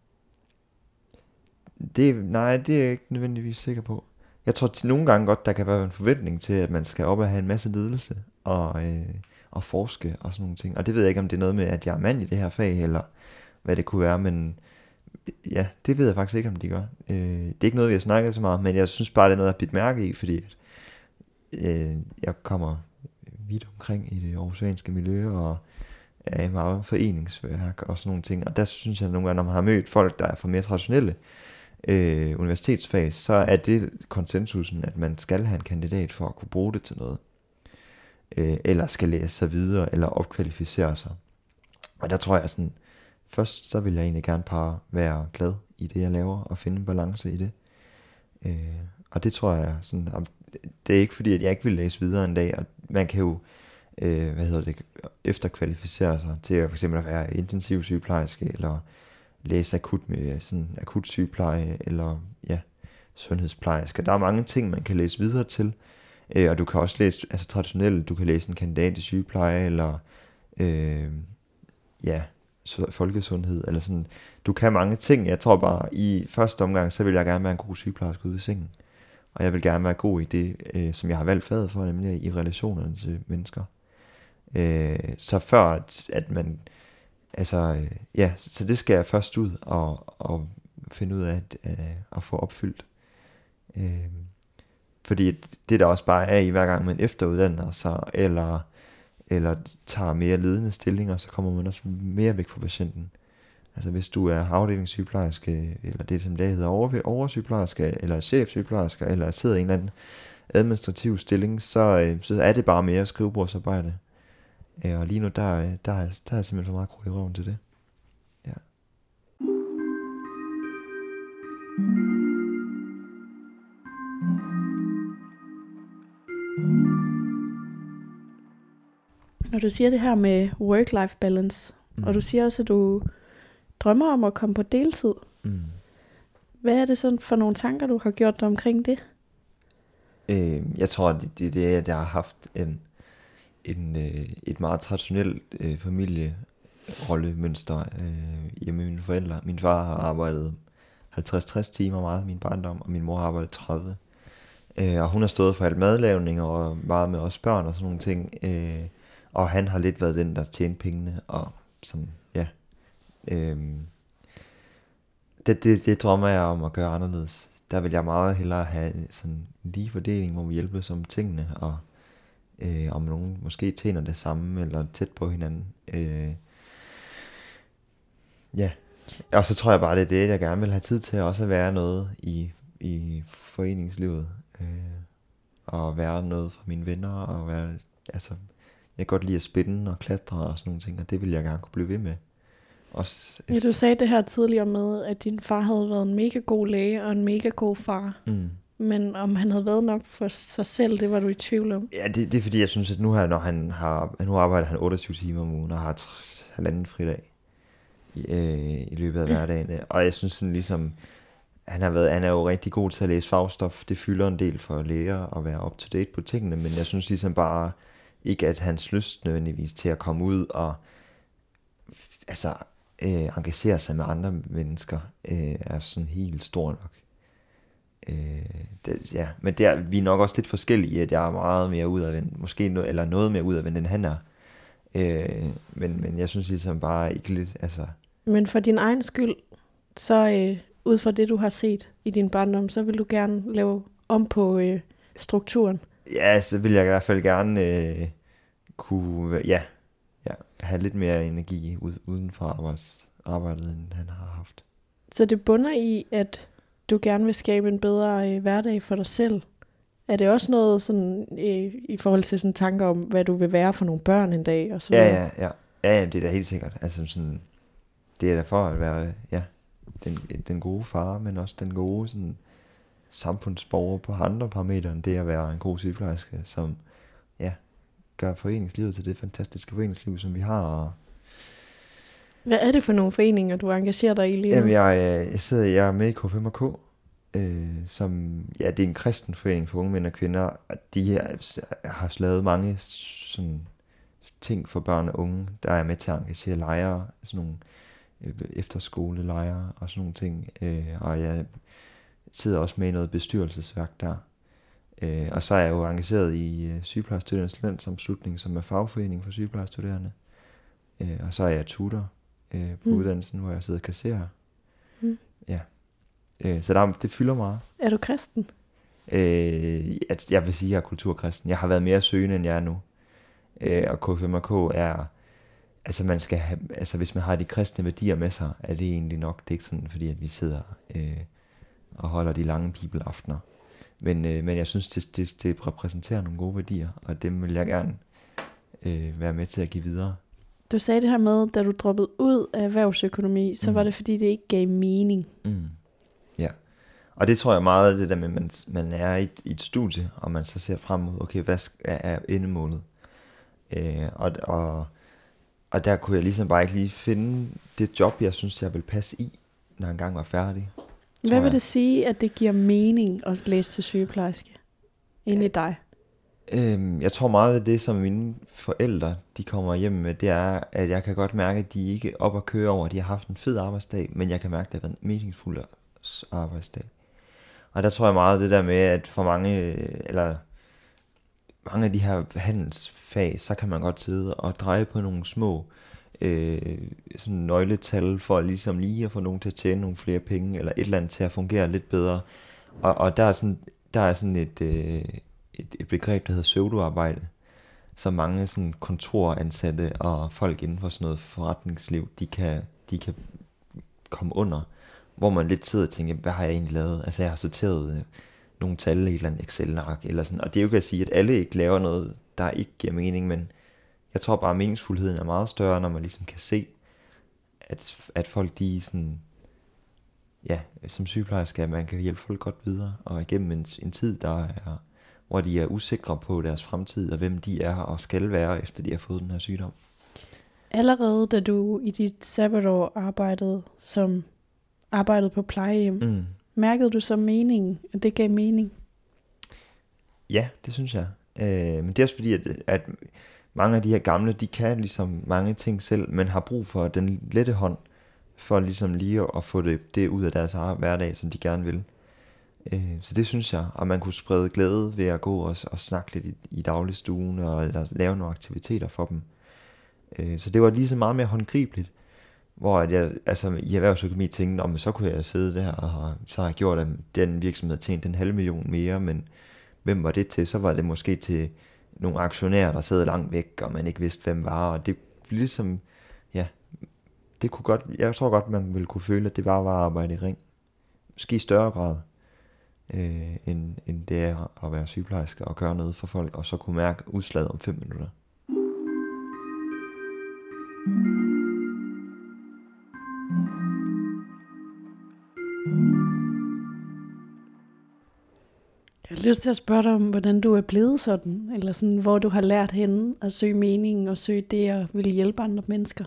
det, nej, det er jeg ikke nødvendigvis sikker på. Jeg tror til nogle gange godt, der kan være en forventning til, at man skal op og have en masse ledelse og, øh, og forske og sådan nogle ting. Og det ved jeg ikke, om det er noget med, at jeg er mand i det her fag, eller hvad det kunne være, men ja, det ved jeg faktisk ikke, om de gør. Øh, det er ikke noget, vi har snakket så meget, men jeg synes bare, det er noget, jeg har bidt mærke i, fordi at, øh, jeg kommer vidt omkring i det aarhusianske miljø, og er meget foreningsværk og sådan nogle ting. Og der synes jeg nogle gange, når man har mødt folk, der er fra mere traditionelle øh, universitetsfag, så er det konsensusen, at man skal have en kandidat for at kunne bruge det til noget. Øh, eller skal læse sig videre, eller opkvalificere sig. Og der tror jeg sådan, først så vil jeg egentlig gerne bare være glad i det, jeg laver, og finde en balance i det. Øh, og det tror jeg sådan, det er ikke fordi, at jeg ikke vil læse videre en dag, og man kan jo, øh, hvad hedder det, efterkvalificere sig til at for eksempel at være intensiv sygeplejerske, eller læse akut med sådan akut sygepleje, eller ja, sundhedsplejerske. Der er mange ting, man kan læse videre til, øh, og du kan også læse, altså traditionelt, du kan læse en kandidat i sygepleje, eller øh, ja, folkesundhed, eller sådan. Du kan mange ting. Jeg tror bare, i første omgang, så vil jeg gerne være en god sygeplejerske ude i sengen. Og jeg vil gerne være god i det, øh, som jeg har valgt faget for, nemlig i relationerne til mennesker. Øh, så før, at, at man, altså, øh, ja, så det skal jeg først ud og, og finde ud af at, at, at få opfyldt. Øh, fordi det der også bare er i, hver gang man efteruddanner sig, eller eller tager mere ledende stillinger, så kommer man også mere væk fra patienten. Altså hvis du er afdelingssygeplejerske, eller det som det hedder over, oversygeplejerske, eller chefsygeplejerske, eller sidder i en eller anden administrativ stilling, så, så er det bare mere skrivebordsarbejde. Og lige nu, der, der, der er jeg simpelthen for meget krudt i røven til det. Ja. Når du siger det her med work-life balance, mm. og du siger også, at du drømmer om at komme på deltid. Mm. Hvad er det sådan for nogle tanker, du har gjort dig omkring det? Øh, jeg tror, det, det, det er, at jeg har haft en, en, øh, et meget traditionelt øh, familierollemønster øh, hjemme med mine forældre. Min far har arbejdet halvtreds til tres timer meget i min barndom, og min mor har arbejdet tredive. Øh, og hun har stået for alt madlavning og meget med os børn og sådan nogle ting. Øh, Og han har lidt været den, der tjente pengene, og sådan, ja. Øhm, det, det, det drømmer jeg om at gøre anderledes. Der vil jeg meget hellere have sådan en lige fordeling, hvor vi hjælpes om tingene, og øh, om nogen måske tjener det samme, eller tæt på hinanden. Øh, ja, og så tror jeg bare, det er det, jeg gerne vil have tid til, også at være noget i, i foreningslivet. Øh, og være noget for mine venner, og være, altså... Jeg kan godt lide at spænde og klatre og sådan nogle ting, og det vil jeg gerne kunne blive ved med. Også ja, du sagde det her tidligere med, at din far havde været en mega god læge og en mega god far. Mm. Men om han havde været nok for sig selv, det var du i tvivl om. Ja, det, det er fordi, jeg synes, at nu, her, når han har, nu arbejder han otteogtyve timer om ugen og har et halvanden fridag i, øh, i løbet af hverdagen. Og jeg synes sådan ligesom, han, har været, han er jo rigtig god til at læse fagstof. Det fylder en del for læger at være up to date på tingene, men jeg synes ligesom bare... Ikke at hans lyst nødvendigvis til at komme ud og altså øh, engagere sig med andre mennesker øh, er sådan helt stor nok. Øh, det, ja, men der, vi er nok også lidt forskellige, at jeg er meget mere udadvendt, måske no, eller noget mere udadvendt end han er. Øh, men, men jeg synes ligesom bare ikke lidt, altså. Men for din egen skyld, så øh, ud fra det du har set i din barndom, så vil du gerne lave om på øh, strukturen. Ja, så vil jeg i hvert fald gerne øh, kunne ja, ja, have lidt mere energi ud, uden for arbejds, arbejdet, end han har haft. Så det bunder i, at du gerne vil skabe en bedre øh, hverdag for dig selv, Er det også noget sådan, i, i forhold til sådan tanker om, hvad du vil være for nogle børn en dag? Og så ja, ja, ja, ja, ja, det er da helt sikkert. Altså sådan, det er da for at være, ja, den, den gode far, men også den gode sådan, samfundsborger på andre parametre, end det at være en god sygeplejerske, som ja, gør foreningslivet til det fantastiske foreningsliv, som vi har. Og hvad er det for nogle foreninger, du engagerer dig i lige nu? Jamen, jeg, jeg sidder, jeg er med i K fem K, øh, som, ja, det er en kristen forening for unge mænd og kvinder, og de her, har lavet mange sådan, ting for børn og unge, der er med til at engagere lejre, sådan nogle øh, efterskolelejre og sådan nogle ting, øh, og jeg sidder også med i noget bestyrelsesværk der. Øh, og så er jeg jo engageret i øh, Sygeplejestuderendes Landssammenslutning, som er fagforening for sygeplejestuderende. Øh, og så er jeg tutor øh, på mm. uddannelsen, hvor jeg sidder og kasserer. Mm. Ja. Øh, så der, det fylder meget. Er du kristen? Øh, at jeg vil sige, at jeg er kulturkristen. Jeg har været mere søgende, end jeg er nu. Øh, og K fem K er, altså man skal have, altså hvis man har de kristne værdier med sig, er det egentlig nok. Det er ikke sådan, fordi at vi sidder øh, og holder de lange bibelaftener. Men, øh, men jeg synes, det, det, det repræsenterer nogle gode værdier, og dem vil jeg gerne øh, være med til at give videre. Du sagde det her med, da du droppede ud af erhvervsøkonomi, så mm. var det fordi, det ikke gav mening. Mm. Ja, og det tror jeg meget af det der med, at man, man er i et, i et studie, og man så ser frem mod, okay, hvad er endemålet? Øh, og, og, og der kunne jeg ligesom bare ikke lige finde det job, jeg synes, jeg ville passe i, når jeg engang var færdig. Hvad vil det sige, at det giver mening at læse til sygeplejerske inde ja. i dig? Øhm, jeg tror meget af det, som mine forældre de kommer hjem med, det er, at jeg kan godt mærke, at de ikke er op at køre over. De har haft en fed arbejdsdag, men jeg kan mærke, at det har været en meningsfuld arbejdsdag. Og der tror jeg meget det der med, at for mange, eller mange af de her handelsfag, så kan man godt sidde og dreje på nogle små øh, sådan nøgletal for ligesom lige at få nogen til at tjene nogle flere penge, eller et eller andet til at fungere lidt bedre. Og, og der er sådan, der er sådan et, øh, et, et begreb, der hedder pseudoarbejde, som mange sådan kontoransatte og folk inden for sådan noget forretningsliv, de kan, de kan komme under, hvor man lidt sidder og tænker, hvad har jeg egentlig lavet? Altså jeg har sorteret øh, nogle tal i et eller andet Excel-ark, eller sådan, og det er jo ikke at sige, at alle ikke laver noget, der ikke giver mening, men jeg tror bare, at meningsfuldheden er meget større, når man ligesom kan se, at, at folk de sådan, ja, som sygeplejerske, at man kan hjælpe folk godt videre, og igennem en, en tid, der er, hvor de er usikre på deres fremtid, og hvem de er og skal være, efter de har fået den her sygdom. Allerede da du i dit sabbatår arbejdede som arbejdede på plejehjem, mm. mærkede du så meningen, at det gav mening? Ja, det synes jeg. Øh, men det er også fordi, at, at mange af de her gamle, de kan ligesom mange ting selv, men har brug for den lette hånd, for ligesom lige at få det, det ud af deres hverdag, som de gerne vil. Øh, så det synes jeg, og man kunne sprede glæde ved at gå og, og snakke lidt i, i dagligstuen, og eller lave nogle aktiviteter for dem. Øh, så det var lige så meget mere håndgribeligt, hvor jeg altså i erhvervsøkonomi tænkte, om så kunne jeg sidde der, og så har jeg gjort, at den virksomhed tjente en halv million mere, men hvem var det til? Så var det måske til nogle aktionærer, der sad langt væk, og man ikke vidste, hvem var, og det ligesom, ja, det kunne godt, jeg tror godt, man ville kunne føle, at det bare var at arbejde i ring. Måske i større grad, øh, end, end det er at være sygeplejerske og gøre noget for folk, og så kunne mærke udslaget om fem minutter. Jeg har lyst til at spørge dig om, hvordan du er blevet sådan, eller sådan, hvor du har lært henne at søge meningen og søge det at ville hjælpe andre mennesker.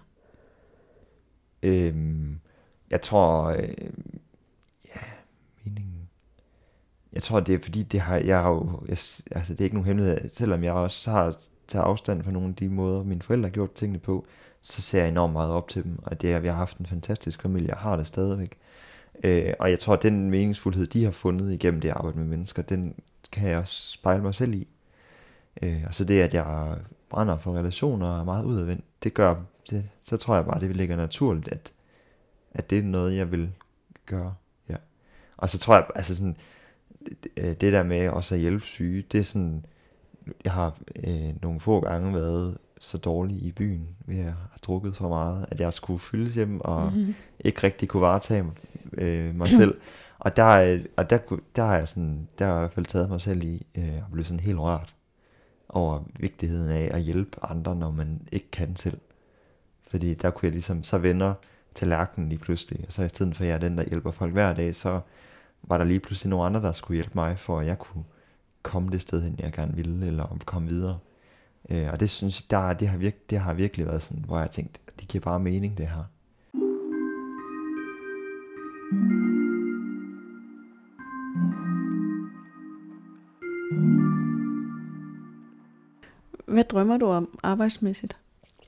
Øhm, jeg tror, øh, ja, meningen. Jeg tror, det er fordi, det har, jeg har jo, jeg, altså det er ikke nogen hemmelighed, selvom jeg også har taget afstand fra nogle af de måder, mine forældre har gjort tingene på, så ser jeg enormt meget op til dem, og det er, vi har haft en fantastisk familie, jeg har det stadigvæk. Øh, og jeg tror, at den meningsfuldhed, de har fundet igennem det arbejde med mennesker, den kan jeg også spejle mig selv i. Øh, og så det, at jeg brænder for relationer og er meget udadvendt, det gør, det, så tror jeg bare, det ligger naturligt, at, at det er noget, jeg vil gøre. Ja. Og så tror jeg, altså sådan, det, det der med også at hjælpe syge, det er sådan, jeg har øh, nogle få gange været så dårlig i byen, ved at have drukket for meget, at jeg skulle fyldes hjem, og mm-hmm. ikke rigtig kunne varetage øh, mig selv. Og Og der, er- og der, kunne- der har jeg sådan, der har jeg i hvert fald taget mig selv i, øh, og blevet sådan helt rørt over vigtigheden af at hjælpe andre, når man ikke kan selv. Fordi der kunne jeg ligesom, så vender tallerkenen lige pludselig, og så i stedet for at jeg er den, der hjælper folk hver dag, så var der lige pludselig nogle andre, der skulle hjælpe mig, for at jeg kunne komme det sted hen, jeg gerne ville, eller komme videre. Øh, og det synes jeg, der, det, har virke, det har virkelig været sådan, hvor jeg tænkte, det giver bare mening, det her. Hvad drømmer du om arbejdsmæssigt?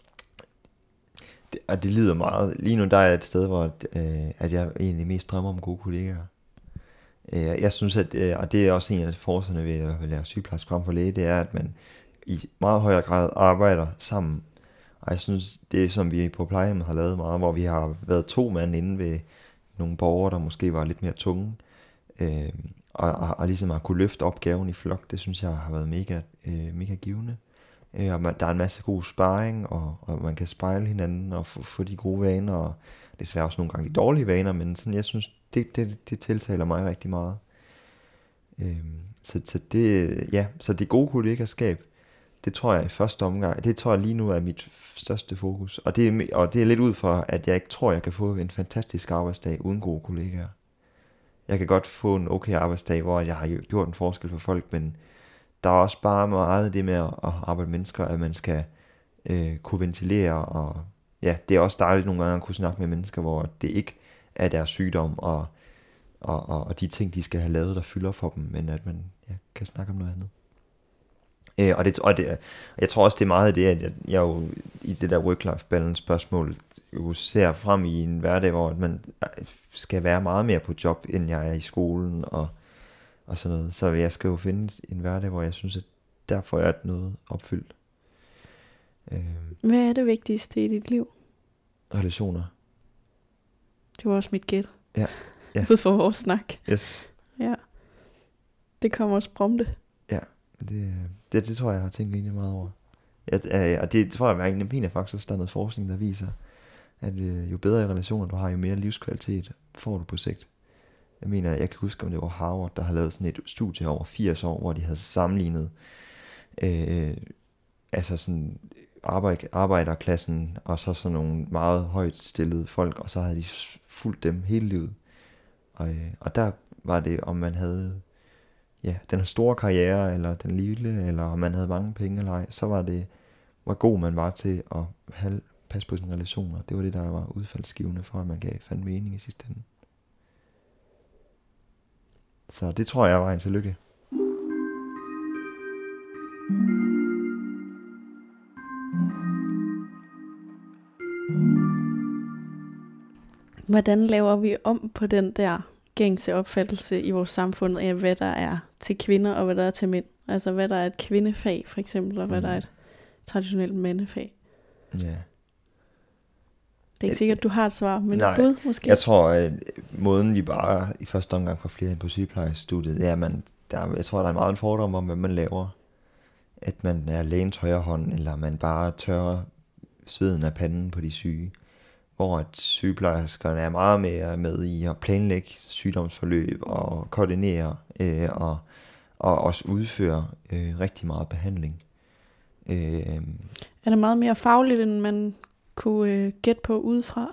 Det, og det lyder meget. Lige nu der er jeg et sted, hvor øh, at jeg egentlig mest drømmer om gode kollegaer. Øh, jeg synes, at, øh, og det er også en af forserne ved at være sygeplejerske frem for læge, det er, at man i meget højere grad arbejder sammen. Og jeg synes, det som vi på plejehjemmet har lavet meget, hvor vi har været to mand inde ved nogle borgere, der måske var lidt mere tunge, øh, og, og, og ligesom har kunne løfte opgaven i flok, det synes jeg har været mega, øh, mega givende. Øh, og man, der er en masse god sparring, og, og man kan spejle hinanden og få, få de gode vaner, og desværre også nogle gange de dårlige vaner, men sådan, jeg synes, det, det, det tiltaler mig rigtig meget. Øh, så, så, det, ja, så det gode kollegaskab, det tror jeg i første omgang, det tror jeg lige nu er mit største fokus. Og det, er, og det er lidt ud fra, at jeg ikke tror, jeg kan få en fantastisk arbejdsdag uden gode kollegaer. Jeg kan godt få en okay arbejdsdag, hvor jeg har gjort en forskel for folk, men der er også bare meget det med at arbejde med mennesker, at man skal øh, kunne ventilere, og ja, det er også dejligt nogle gange at kunne snakke med mennesker, hvor det ikke er deres sygdom, og, og, og, og de ting, de skal have lavet, der fylder for dem, men at man ja, kan snakke om noget andet. Øh, og, det, og det, jeg tror også, det er meget af det, at jeg, jeg jo i det der work-life balance spørgsmål jo ser frem i en hverdag, hvor man skal være meget mere på job, end jeg er i skolen, og og sådan noget. Så jeg skal jo finde en hverdag, hvor jeg synes, at derfor er noget opfyldt. Øh, Hvad er det vigtigste i dit liv? relationer. Det var også mit gæt. Ja. Ja. Ud for vores snak. Yes. Ja. Det kommer også prompte. Det, det, det tror jeg, jeg har tænkt egentlig meget over. Ja, og det tror jeg, at mener faktisk også, der er noget forskning, der viser, at øh, jo bedre relationer du har, jo mere livskvalitet får du på sigt. Jeg mener, jeg kan huske, om det var Harvard, der har lavet sådan et studie over firs år, hvor de havde sammenlignet øh, altså sådan arbejde, arbejderklassen, og så sådan nogle meget højt stillede folk, og så havde de fulgt dem hele livet. Og, øh, og der var det, om man havde ja, den store karriere, eller den lille, eller om man havde mange penge eller ej, så var det, hvor god man var til at have, passe på sine relationer. Det var det, der var udfaldsgivende for, at man gav fandt mening i sidste ende. Så det tror jeg er vejen til lykke. Hvordan laver vi om på den der gængse opfattelse i vores samfund af, hvad der er til kvinder og hvad der er til mænd? Altså hvad der er et kvindefag for eksempel, og hvad mm. der er et traditionelt mandefag. Ja. Det er ikke sikkert, du har et svar, men Nej, et bud måske? Jeg tror, at måden vi bare i første omgang får flere ind på sygeplejestudiet, det er, at man, der, jeg tror, der er meget en fordom om, hvad man laver. At man er lægens højre hånd, eller man bare tørrer sveden af panden på de syge. Hvor at sygeplejerskerne er meget mere med i at planlægge sygdomsforløb og koordinere øh, og, og også udføre øh, rigtig meget behandling. Øh, er det meget mere fagligt, end man kunne øh, gætte på udefra?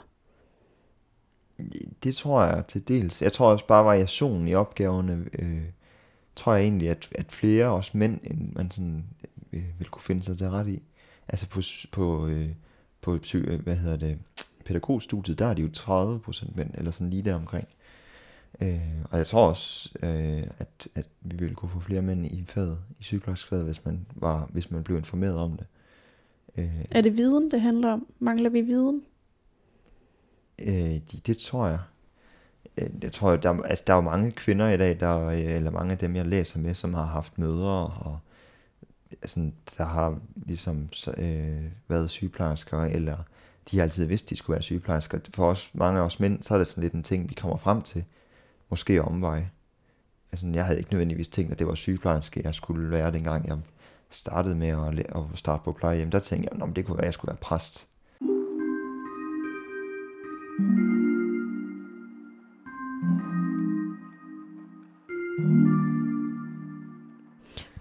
Det tror jeg til dels. Jeg tror også bare variationen i opgaverne, øh, tror jeg egentlig, at, at flere også mænd, end man sådan øh, vil kunne finde sig til ret i. Altså på, på, øh, på psy- hvad hedder det, pædagogstudiet, der er de jo tredive procent mænd, eller sådan lige der omkring. Øh, og jeg tror også, øh, at, at vi ville kunne få flere mænd i faget, i sygeplejerskefaget, hvis man, var, hvis man blev informeret om det. Øh, er det viden, det handler om? Mangler vi viden? Øh, det, det tror jeg. Øh, jeg tror, der, altså, der er jo mange kvinder i dag, der, eller mange af dem, jeg læser med, som har haft mødre, og altså, der har ligesom øh, været sygeplejersker, eller de har altid vidst, de skulle være sygeplejersker. For os, mange af os mænd, så er det sådan lidt en ting, vi kommer frem til. Måske omveje. Altså, jeg havde ikke nødvendigvis tænkt, at det var sygeplejerske, jeg skulle være, dengang jeg startede med at, at starte på plejehjem. Der tænkte jeg, at det kunne være, at jeg skulle være præst.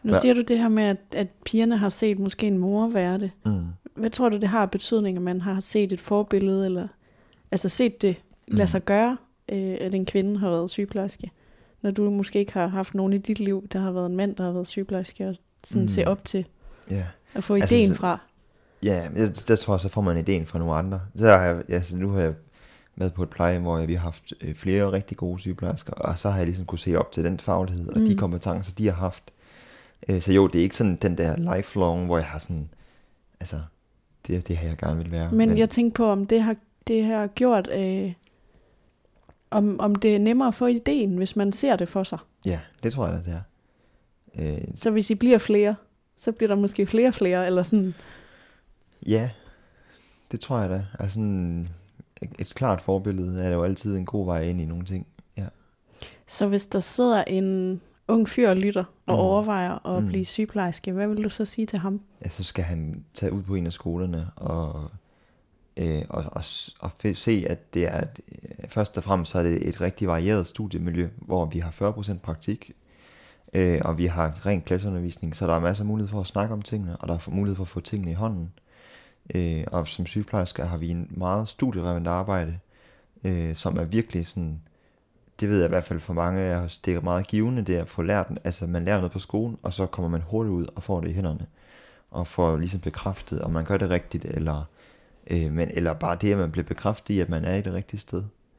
Nu siger du det her med, at, at pigerne har set måske en mor være det. Mm. Hvad tror du, det har betydning, at man har set et forbillede, eller altså set det lade Mm. sig gøre, øh, at en kvinde har været sygeplejerske? Når du måske ikke har haft nogen i dit liv, der har været en mand, der har været sygeplejerske, og sådan Mm. se op til Ja. at få Altså, ideen så- fra. Ja, jeg, der tror jeg, så får man ideen fra nogle andre. Så har jeg, altså, nu har jeg været på et plejehjem, hvor jeg, vi har haft øh, flere rigtig gode sygeplejersker, og så har jeg ligesom kunne se op til den faglighed, og Mm. de kompetencer, de har haft. Øh, så jo, det er ikke sådan den der lifelong, hvor jeg har sådan, altså, det, det har jeg gerne vil være. Men, Men jeg tænker på, om det har, det har gjort, øh, om, om det er nemmere at få ideen, hvis man ser det for sig. Ja, det tror jeg, det er. Øh, Så hvis I bliver flere, så bliver der måske flere og flere, eller sådan. ja, det tror jeg da. Altså, sådan, et, et klart forbillede er jo altid en god vej ind i nogle ting. Ja. Så hvis der sidder en ung fyr og lytter og Mm. overvejer at Mm. blive sygeplejerske, hvad vil du så sige til ham? Ja, så skal han tage ud på en af skolerne og, øh, og, og, og fe- se, at det er et, øh, først og fremmest så er det et rigtig varieret studiemiljø, hvor vi har fyrre procent praktik, øh, og vi har ren klasseundervisning, så der er masser af mulighed for at snakke om tingene, og der er mulighed for at få tingene i hånden. Øh, og som sygeplejersker har vi en meget studierevent arbejde, øh, som er virkelig sådan, det ved jeg i hvert fald for mange af os, det er meget givende, det er at få lært, altså man lærer noget på skolen, og så kommer man hurtigt ud og får det i hænderne, og får ligesom bekræftet, om man gør det rigtigt, eller, øh, men, eller bare det, at man bliver bekræftet i, at man er i det rigtige sted.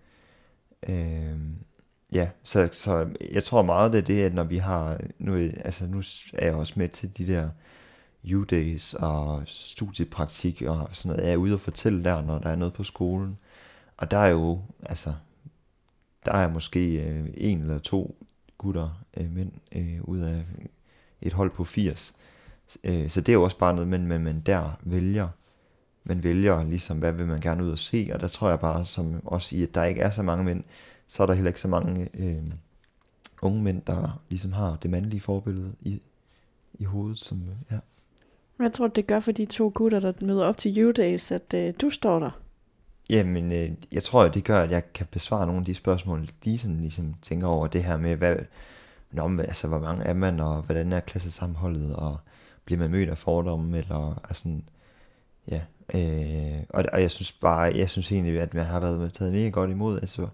Øh, ja, så, så jeg tror meget, det er det, at når vi har, nu, altså nu er jeg også med til de der U-days og studiepraktik og sådan noget, jeg er ude og fortælle der, når der er noget på skolen, og der er jo, altså, der er måske øh, en eller to gutter, øh, mænd, øh, ud af et hold på firs. Øh, så det er jo også bare noget, men, men man der vælger, man vælger ligesom, hvad vil man gerne ud og se, og der tror jeg bare, som også i, at der ikke er så mange mænd, så er der heller ikke så mange øh, unge mænd, der ligesom har det mandlige forbillede i, i hovedet, som, ja. Hvad tror du, det gør for de to gutter, der møder op til U-Days, at øh, du står der? Jamen, øh, jeg tror, at det gør, at jeg kan besvare nogle af de spørgsmål, de sådan ligesom tænker over det her med, hvad, nå, men, altså, hvor mange er man, og hvordan er klassesammenholdet, og bliver man mødt af fordomme, eller altså, ja. Øh, og, og jeg synes bare, jeg synes egentlig, at man har været taget mega godt imod, altså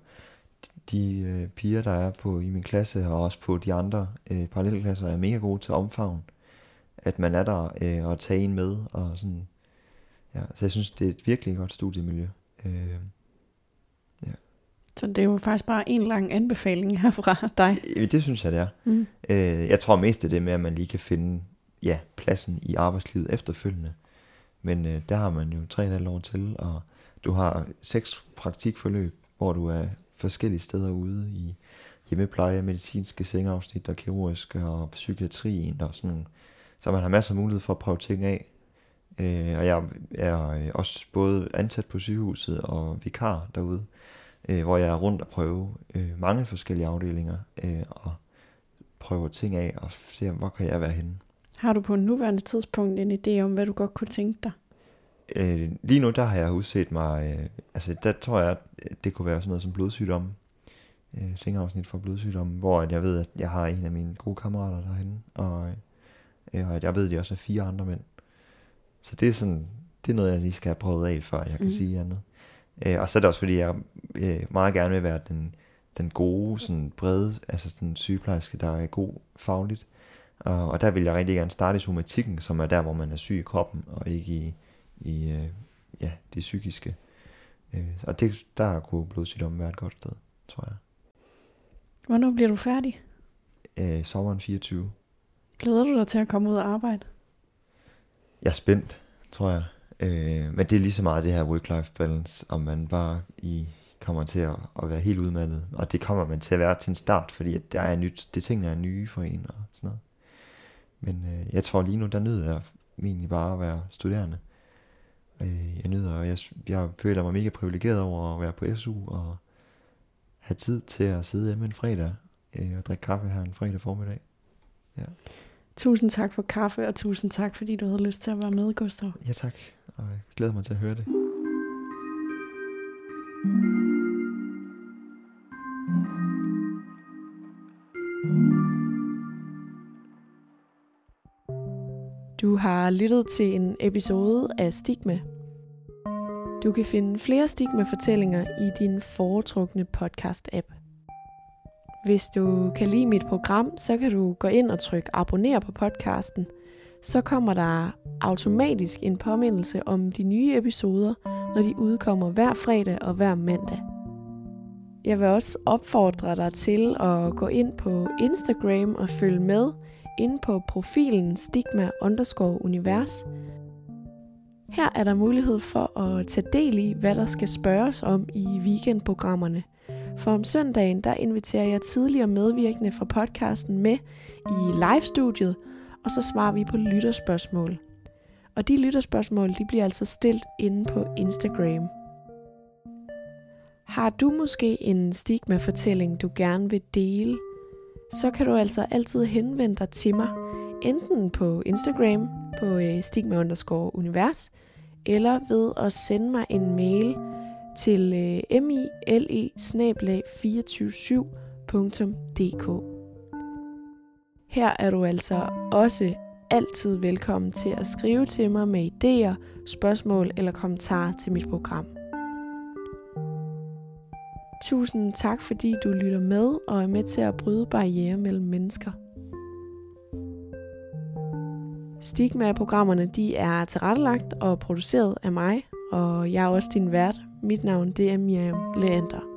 de øh, piger, der er på i min klasse, og også på de andre øh, parallelklasser, er mega gode til omfavn, at man er der øh, og tage en med, og sådan, ja, så jeg synes, det er et virkelig godt studiemiljø. Øh, ja. Så det er jo faktisk bare en lang anbefaling her fra dig. Øh, Det synes jeg, det er. Mm. Øh, jeg tror mest det er det med, at man lige kan finde ja, pladsen i arbejdslivet efterfølgende. Men øh, der har man jo tre og et halvt år til, og du har seks praktikforløb, hvor du er forskellige steder ude i hjemmepleje, medicinske sengeafsnit og kirurgiske og psykiatrien og sådan nogle. Så man har masser af mulighed for at prøve ting af. Øh, og jeg er også både ansat på sygehuset og vikar derude, øh, hvor jeg er rundt og prøve øh, mange forskellige afdelinger øh, og prøver ting af og se, hvor kan jeg være henne. Har du på nuværende tidspunkt en idé om, hvad du godt kunne tænke dig? Øh, lige nu der har jeg udset mig, øh, altså der tror jeg, at det kunne være sådan noget som blodsygdomme, øh, sengeafsnit for blodsygdomme, hvor at jeg ved, at jeg har en af mine gode kammerater derhenne, og, øh, og at jeg ved, at de også er fire andre mænd. Så det er sådan, det er noget, jeg lige skal have prøvet af, før jeg kan mm. sige andet. Øh, og så er det også, fordi jeg øh, meget gerne vil være den, den gode, sådan brede, altså den sygeplejerske, der er god fagligt. Og, og der vil jeg rigtig gerne starte i somatikken, som er der, hvor man er syg i kroppen, og ikke i, i øh, ja, det psykiske. Øh, og det, der kunne blodsygdommen være et godt sted, tror jeg. Hvornår bliver du færdig? Øh, sommeren fireogtyve. Glæder du dig til at komme ud og arbejde? Jeg er spændt, tror jeg. Øh, men det er lige så meget det her work-life balance, om man bare i kommer til at, at være helt udmattet. Og det kommer man til at være til en start, fordi at der er nyt, det tingene er nye for en og sådan noget. Men øh, jeg tror lige nu, der nyder jeg egentlig bare at være studerende. Øh, jeg nyder, og jeg, jeg føler mig mega privilegeret over at være på S U og have tid til at sidde hjemme en fredag øh, og drikke kaffe her en fredag formiddag. Ja. Tusind tak for kaffe, og tusind tak, fordi du havde lyst til at være med, Gustav. Ja, tak. Og jeg glæder mig til at høre det. Du har lyttet til en episode af Stigma. Du kan finde flere stigma-fortællinger i din foretrukne podcast-app. Hvis du kan lide mit program, så kan du gå ind og trykke abonner på podcasten. Så kommer der automatisk en påmindelse om de nye episoder, når de udkommer hver fredag og hver mandag. Jeg vil også opfordre dig til at gå ind på Instagram og følge med inde på profilen stigma underscore univers. Her er der mulighed for at tage del i, hvad der skal spørges om i weekendprogrammerne. For om søndagen, der inviterer jeg tidligere medvirkende fra podcasten med i live-studiet, og så svarer vi på lytterspørgsmål. Og de lytterspørgsmål, de bliver altså stillet inde på Instagram. Har du måske en stigma-fortælling, du gerne vil dele, så kan du altså altid henvende dig til mig, enten på Instagram på stigma underscore univers, eller ved at sende mig en mail til mile bindestreg to fire syv punktum d k. Her er du altså også altid velkommen til at skrive til mig med idéer, spørgsmål eller kommentarer til mit program. Tusind tak, fordi du lytter med og er med til at bryde barrierer mellem mennesker. Stigma-programmerne de er tilrettelagt og produceret af mig, og jeg er også din vært. Mit navn det er Miriam Leander.